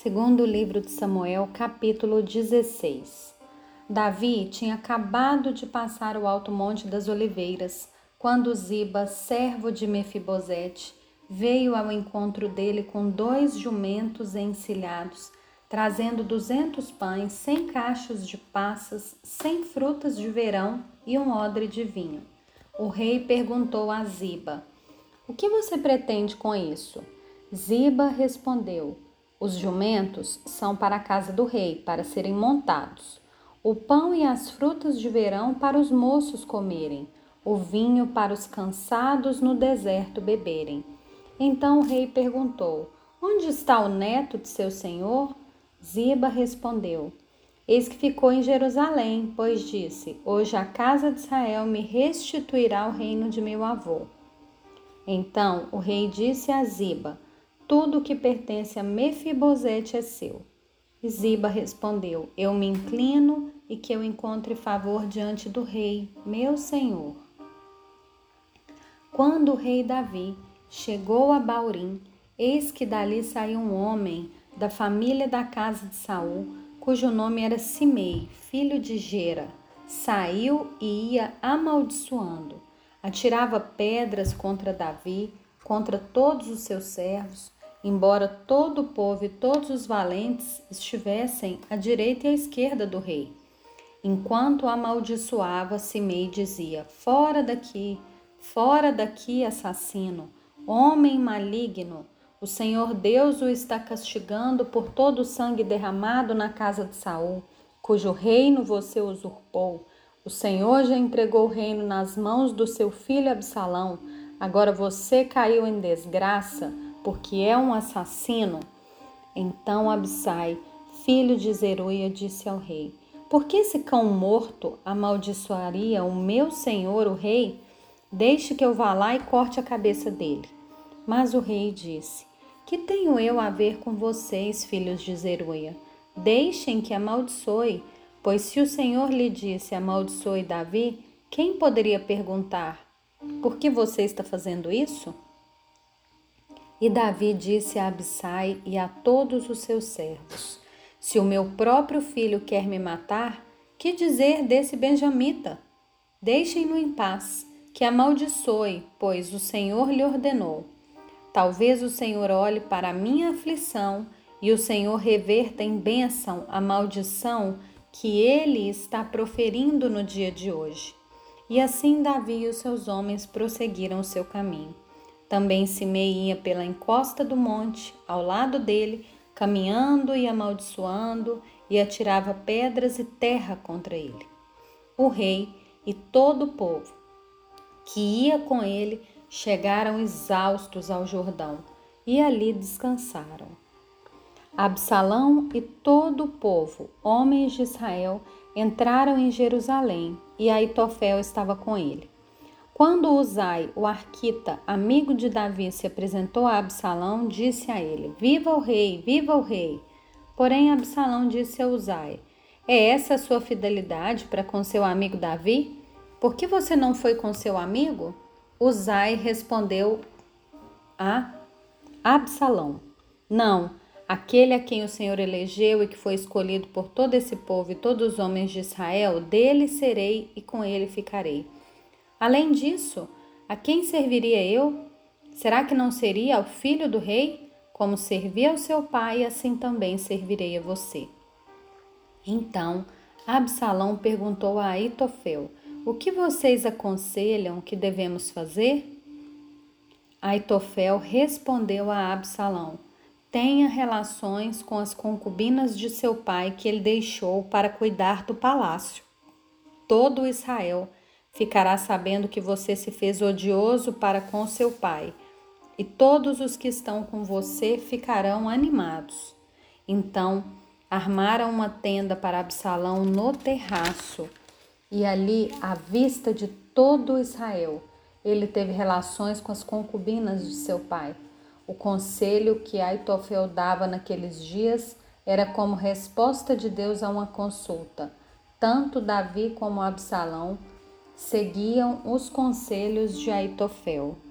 Segundo livro de Samuel, capítulo 16. Davi tinha acabado de passar o alto monte das oliveiras, quando Ziba, servo de Mefibosete, veio ao encontro dele com 2 jumentos encilhados, trazendo 200 pães, 100 cachos de passas, 100 frutas de verão e um odre de vinho. O rei perguntou a Ziba: "O que você pretende com isso?" Ziba respondeu: "Os jumentos são para a casa do rei, para serem montados. O pão e as frutas de verão para os moços comerem, o vinho para os cansados no deserto beberem." Então o rei perguntou: "Onde está o neto de seu senhor?" Ziba respondeu: "Eis que ficou em Jerusalém, pois disse: Hoje a casa de Israel me restituirá o reino de meu avô." Então o rei disse a Ziba: "Tudo o que pertence a Mefibosete é seu." E Ziba respondeu: "Eu me inclino e que eu encontre favor diante do rei, meu senhor." Quando o rei Davi chegou a Baurim, eis que dali saiu um homem da família da casa de Saul, cujo nome era Simei, filho de Gera. Saiu e ia amaldiçoando. Atirava pedras contra Davi, contra todos os seus servos, embora todo o povo e todos os valentes estivessem à direita e à esquerda do rei. Enquanto amaldiçoava, Simei dizia: fora daqui, assassino, homem maligno. O Senhor Deus o está castigando por todo o sangue derramado na casa de Saul, cujo reino você usurpou. O Senhor já entregou o reino nas mãos do seu filho Absalão. Agora você caiu em desgraça, porque é um assassino." Então Abisai, filho de Zeruia, disse ao rei: "Por que esse cão morto amaldiçoaria o meu senhor, o rei? Deixe que eu vá lá e corte a cabeça dele." Mas o rei disse: "Que tenho eu a ver com vocês, filhos de Zeruia? Deixem que amaldiçoe, pois se o Senhor lhe disse: amaldiçoe Davi, quem poderia perguntar: por que você está fazendo isso?" E Davi disse a Abisai e a todos os seus servos: "Se o meu próprio filho quer me matar, que dizer desse benjamita? Deixem-no em paz, que amaldiçoe, pois o Senhor lhe ordenou. Talvez o Senhor olhe para a minha aflição e o Senhor reverta em bênção a maldição que ele está proferindo no dia de hoje." E assim Davi e os seus homens prosseguiram o seu caminho. Também Simei ia pela encosta do monte, ao lado dele, caminhando e amaldiçoando, e atirava pedras e terra contra ele. O rei e todo o povo que ia com ele chegaram exaustos ao Jordão e ali descansaram. Absalão e todo o povo, homens de Israel, entraram em Jerusalém e Aitofel estava com ele. Quando Uzai, o arquita, amigo de Davi, se apresentou a Absalão, disse a ele: "Viva o rei, viva o rei!" Porém Absalão disse a Uzai: "É essa a sua fidelidade para com seu amigo Davi? Por que você não foi com seu amigo?" Uzai respondeu a Absalão: "Não, aquele a quem o Senhor elegeu e que foi escolhido por todo esse povo e todos os homens de Israel, dele serei e com ele ficarei. Além disso, a quem serviria eu? Será que não seria ao filho do rei? Como servi ao seu pai, assim também servirei a você." Então Absalão perguntou a Aitofel: "O que vocês aconselham que devemos fazer?" Aitofel respondeu a Absalão: "Tenha relações com as concubinas de seu pai que ele deixou para cuidar do palácio. Todo Israel ficará sabendo que você se fez odioso para com seu pai, e todos os que estão com você ficarão animados." Então armaram uma tenda para Absalão no terraço, e ali, à vista de todo Israel, ele teve relações com as concubinas de seu pai. O conselho que Aitofel dava naqueles dias era como resposta de Deus a uma consulta. Tanto Davi como Absalão seguiam os conselhos de Aitofel.